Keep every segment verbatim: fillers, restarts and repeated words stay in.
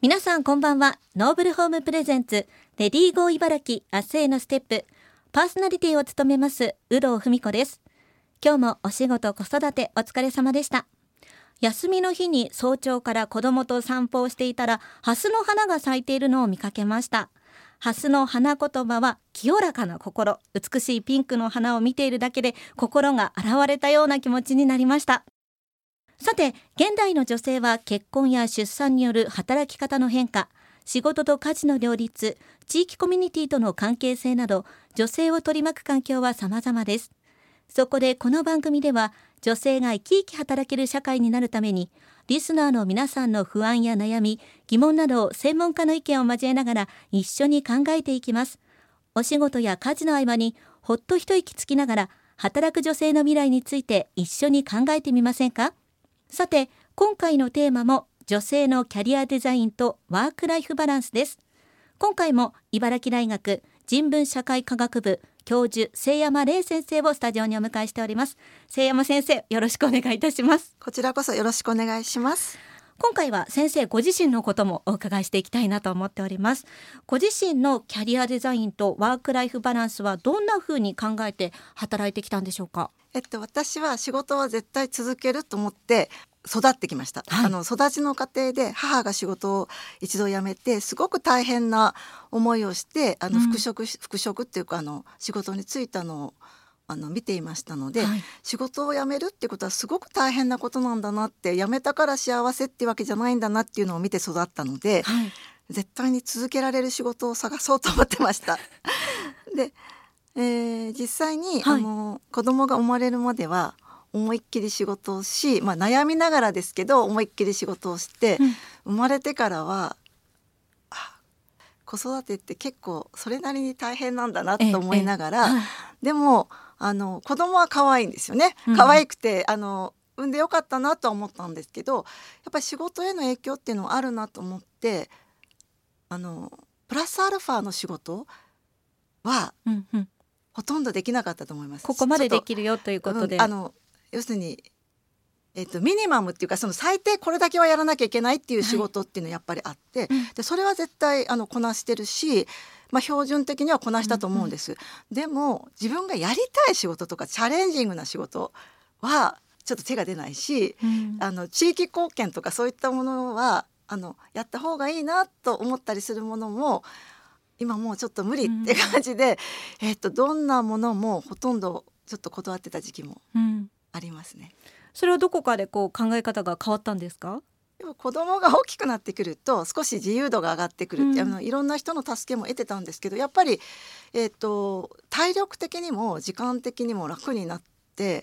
皆さんこんばんは。ノーブルホームプレゼンツレディーゴー茨城明日へのステップ、パーソナリティを務めます有働文子です。今日もお仕事子育てお疲れ様でした。休みの日に早朝から子供と散歩をしていたら、ハスの花が咲いているのを見かけました。ハスの花言葉は清らかな心。美しいピンクの花を見ているだけで心が洗われたような気持ちになりました。さて、現代の女性は結婚や出産による働き方の変化、仕事と家事の両立、地域コミュニティとの関係性など、女性を取り巻く環境は様々です。そこでこの番組では、女性が生き生き働ける社会になるために、リスナーの皆さんの不安や悩み、疑問などを専門家の意見を交えながら一緒に考えていきます。お仕事や家事の合間にほっと一息つきながら、働く女性の未来について一緒に考えてみませんか？さて、今回のテーマも女性のキャリアデザインとワークライフバランスです。今回も茨城大学人文社会科学部教授清山玲先生をスタジオにお迎えしております。清山先生、よろしくお願いいたします。 こちらこそよろしくお願いします。 今回は先生ご自身のこともお伺いしていきたいなと思っております。ご自身のキャリアデザインとワークライフバランスはどんな風に考えて働いてきたんでしょうか？ えっと、私は仕事は絶対続けると思って育ってきました、はい、あの育ちの過程で母が仕事を一度辞めてすごく大変な思いをしてあの復職、うん、復職っていうかあの仕事に就いたのをあの見ていましたので、はい、仕事を辞めるってことはすごく大変なことなんだなって、辞めたから幸せっていうわけじゃないんだなっていうのを見て育ったので、はい、絶対に続けられる仕事を探そうと思ってましたで、えー、実際に、はい、あの子供が生まれるまでは思いっきり仕事をし、まあ、悩みながらですけど思いっきり仕事をして、うん、生まれてからは子育てって結構それなりに大変なんだなと思いながら、えええ、でもあの子供は可愛いんですよね。可愛くて、うん、あの産んでよかったなとは思ったんですけど、やっぱり仕事への影響っていうのはあるなと思って、あのプラスアルファの仕事は、うんうん、ほとんどできなかったと思います。 ここまでできるよということで、 うん、あの要するに、えっと、ミニマムっていうかその最低これだけはやらなきゃいけないっていう仕事っていうのはやっぱりあって、はい、でそれは絶対あのこなしてるし、まあ、標準的にはこなしたと思うんです、うんうん、でも自分がやりたい仕事とかチャレンジングな仕事はちょっと手が出ないし、うん、あの地域貢献とかそういったものはあのやった方がいいなと思ったりするものも今もうちょっと無理って感じで、うん、えっと、どんなものもほとんどちょっと断ってた時期もありますね、うん、 それはどこかでこう考え方が変わったんですか？ でも子供が大きくなってくると少し自由度が上がってくるって、うん、あのいろんな人の助けも得てたんですけど、やっぱり、えーと、体力的にも時間的にも楽になって、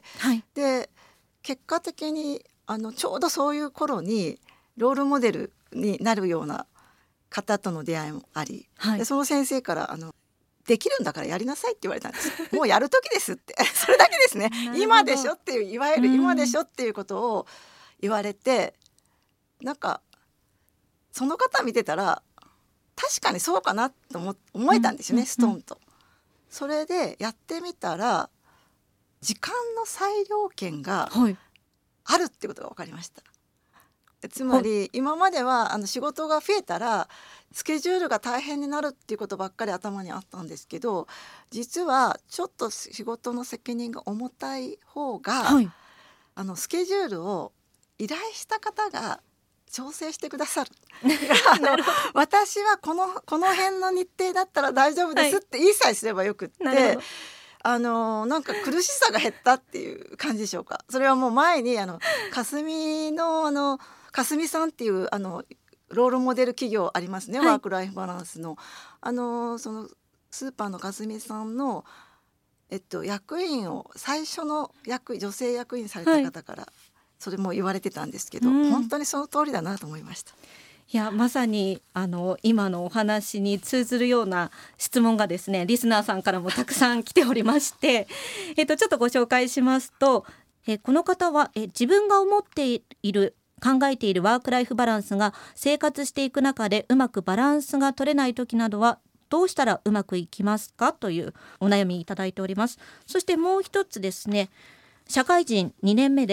はい、で結果的にあのちょうどそういう頃にロールモデルになるような方との出会いもあり、はい、でその先生からあのできるんだからやりなさいって言われたんですもうやる時ですってそれだけですね今でしょっていう、いわゆる今でしょっていうことを言われて、なんかその方見てたら確かにそうかなと 思, 思えたんですよね、うん、ストンと。それでやってみたら時間の裁量権があるってことが分かりました、はい、つまり今まではあの仕事が増えたらスケジュールが大変になるっていうことばっかり頭にあったんですけど、実はちょっと仕事の責任が重たい方が、はい、あのスケジュールを依頼した方が調整してくださるあの私はこの、この辺の日程だったら大丈夫ですって言いさえすればよくって、はい、あのなんか苦しさが減ったっていう感じでしょうか。それはもう前にあの霞のあの霞さんっていうあのロールモデル企業ありますね、はい、ワークライフバランスのあのそのスーパーの霞さんの、えっと、役員を最初の役女性役員された方から、はい、それも言われてたんですけど、うん、本当にその通りだなと思いました。 いやまさにあの今のお話に通ずるような質問がですねリスナーさんからもたくさん来ておりましてえっとちょっとご紹介しますと、えこの方はえ自分が思っている考えているワークライフバランスが生活していく中でうまくバランスが取れない時などはどうしたらうまくいきますかというお悩みいただいております。そしてもう一つですね、社会人にねんめです。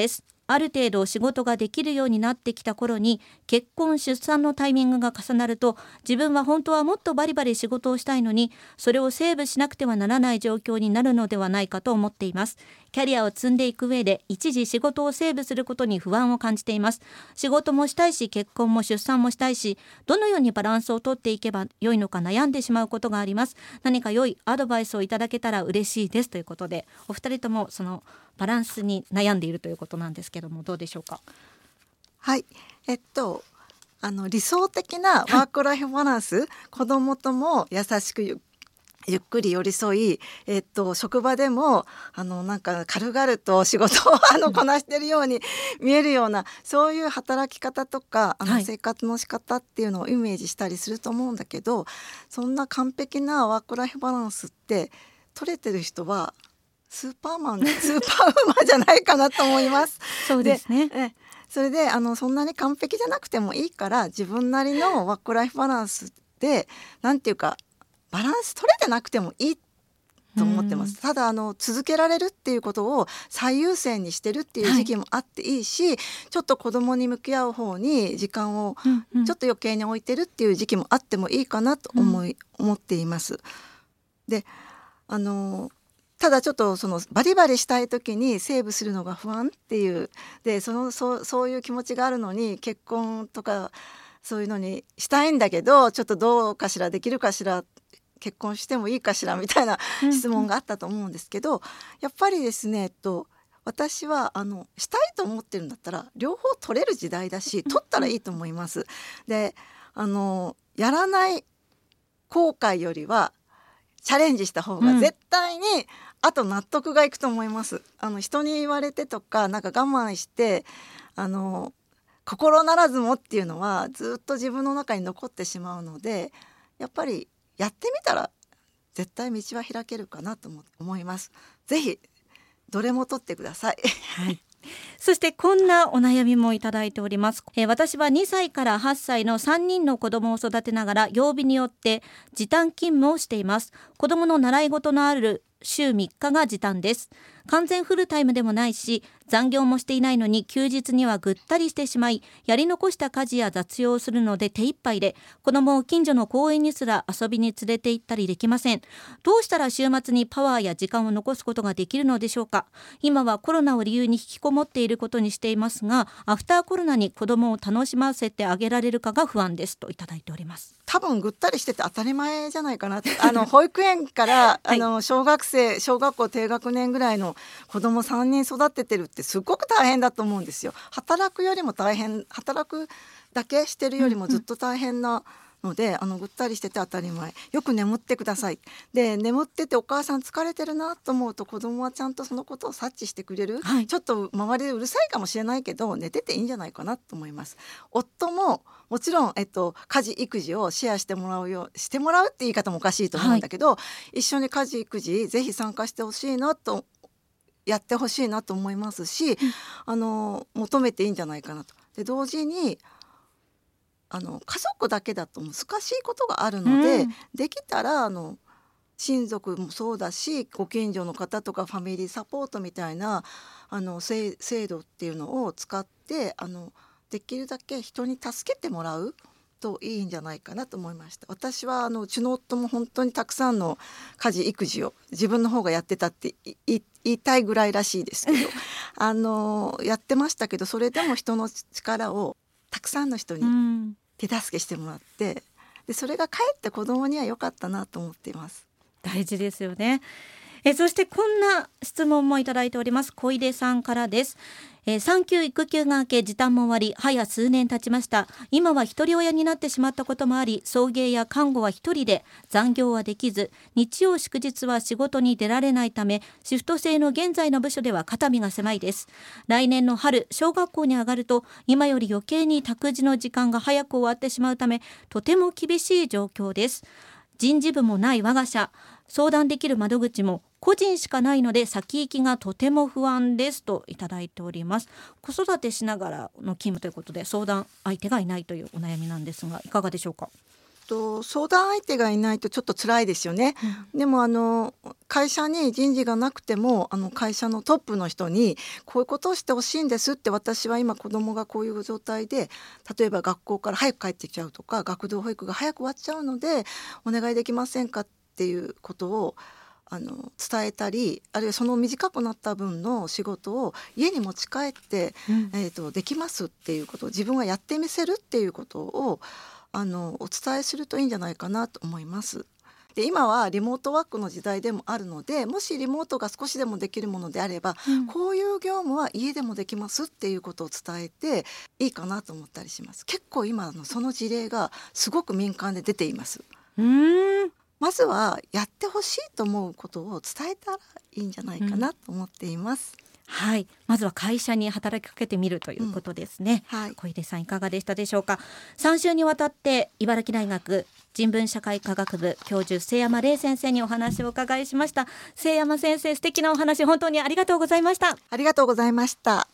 ある程度仕事ができるようになってきた頃に結婚出産のタイミングが重なると、自分は本当はもっとバリバリ仕事をしたいのにそれをセーブしなくてはならない状況になるのではないかと思っています。キャリアを積んでいく上で一時仕事をセーブすることに不安を感じています。仕事もしたいし結婚も出産もしたいし、どのようにバランスをとっていけば良いのか悩んでしまうことがあります。何か良いアドバイスをいただけたら嬉しいですということで、お二人ともそのバランスに悩んでいるということなんですけども、どうでしょうか。 はい、えっとあの理想的なワークライフバランス、はい、子どもとも優しくゆゆっくり寄り添い、えっと、職場でもあのなんか軽々と仕事をあのこなしているように見えるような、そういう働き方とかあの生活の仕方っていうのをイメージしたりすると思うんだけど、はい、そんな完璧なワークライフバランスって取れてる人はスーパーマンスーパーウーマンじゃないかなと思います。 そうですね。 でえそれであのそんなに完璧じゃなくてもいいから、自分なりのワークライフバランスでなんていうかバランス取れてなくてもいいと思ってます。ただあの続けられるっていうことを最優先にしてるっていう時期もあっていいし、はい、ちょっと子供に向き合う方に時間をちょっと余計に置いてるっていう時期もあってもいいかなと思い、うん、思っています。であのただちょっとそのバリバリしたい時にセーブするのが不安っていうでそのそそういう気持ちがあるのに結婚とかそういうのにしたいんだけど、ちょっとどうかしら、できるかしら、結婚してもいいかしらみたいな質問があったと思うんですけど、うんうん、やっぱりですね、えっと、私はあのしたいと思ってるんだったら両方取れる時代だし、取ったらいいと思います。であのやらない後悔よりはチャレンジした方が絶対に、あと納得がいくと思います。あの人に言われてとかなんか我慢してあの心ならずもっていうのはずっと自分の中に残ってしまうので、やっぱりやってみたら絶対道は開けるかなと思います。ぜひどれも取ってください。 はい、そしてこんなお悩みもいただいております。えー、私はにさいからはっさいのさんにんの子供を育てながら曜日によって時短勤務をしています。子供の習い事のある週みっかが時短です。完全フルタイムでもないし残業もしていないのに休日にはぐったりしてしまい、やり残した家事や雑用をするので手一杯で、子供を近所の公園にすら遊びに連れて行ったりできません。どうしたら週末にパワーや時間を残すことができるのでしょうか。今はコロナを理由に引きこもっていることにしていますが、アフターコロナに子供を楽しませてあげられるかが不安ですといただいております。 多分ぐったりしてて当たり前じゃないかなあの保育園から、はい、あの小学生小学校低学年ぐらいの子供さんにん育ててるってすごく大変だと思うんですよ。働くよりも大変、働くだけしてるよりもずっと大変なので、うんうん、あのぐったりしてて当たり前。よく眠ってください。で眠っててお母さん疲れてるなと思うと子供はちゃんとそのことを察知してくれる、はい、ちょっと周りでうるさいかもしれないけど寝てていいんじゃないかなと思います。夫ももちろん、えっと、家事育児をシェアしてもらうようしてもらうって言い方もおかしいと思うんだけど、はい、一緒に家事育児ぜひ参加してほしいなとやってほしいなと思いますし、うん、あの求めていいんじゃないかなと。で同時にあの家族だけだと難しいことがあるので、うん、できたらあの親族もそうだしご近所の方とかファミリーサポートみたいなあの制度っていうのを使ってあのできるだけ人に助けてもらうといいんじゃないかなと思いました。私はあのうちの夫も本当にたくさんの家事育児を自分の方がやってたって言いたいぐらいらしいですけどあのやってましたけど、それでも人の力をたくさんの人に手助けしてもらって、でそれがかえって子供には良かったなと思っています。 大事ですよね。えそしてこんな質問もいただいております。小出さんからです。えー、産休育休が明け時短も終わり早数年経ちました。今は一人親になってしまったこともあり、送迎や看護は一人で残業はできず、日曜祝日は仕事に出られないためシフト制の現在の部署では肩身が狭いです。来年の春小学校に上がると今より余計に託児の時間が早く終わってしまうためとても厳しい状況です。人事部もない我が社、相談できる窓口も個人しかないので先行きがとても不安ですといただいております。子育てしながらの勤務ということで相談相手がいないというお悩みなんですが、いかがでしょうか。 と相談相手がいないとちょっと辛いですよね、うん、でもあの会社に人事がなくてもあの会社のトップの人にこういうことをしてほしいんですって、私は今子供がこういう状態で例えば学校から早く帰ってきちゃうとか学童保育が早く終わっちゃうのでお願いできませんかっていうことをあの伝えたり、あるいはその短くなった分の仕事を家に持ち帰って、うんえー、とできますっていうことを自分はやってみせるっていうことをあのお伝えするといいんじゃないかなと思います。で今はリモートワークの時代でもあるので、もしリモートが少しでもできるものであれば、うん、こういう業務は家でもできますっていうことを伝えていいかなと思ったりします。結構今のその事例がすごく民間で出ています。 うーんまずはやってほしいと思うことを伝えたらいいんじゃないかなと思っています、 うん、はい、まずは会社に働きかけてみるということですね、 うんはい、 小出さんいかがでしたでしょうか。さん週にわたって茨城大学人文社会科学部教授瀬山玲先生にお話をお伺いしました。瀬山先生、素敵なお話本当にありがとうございました。 ありがとうございました。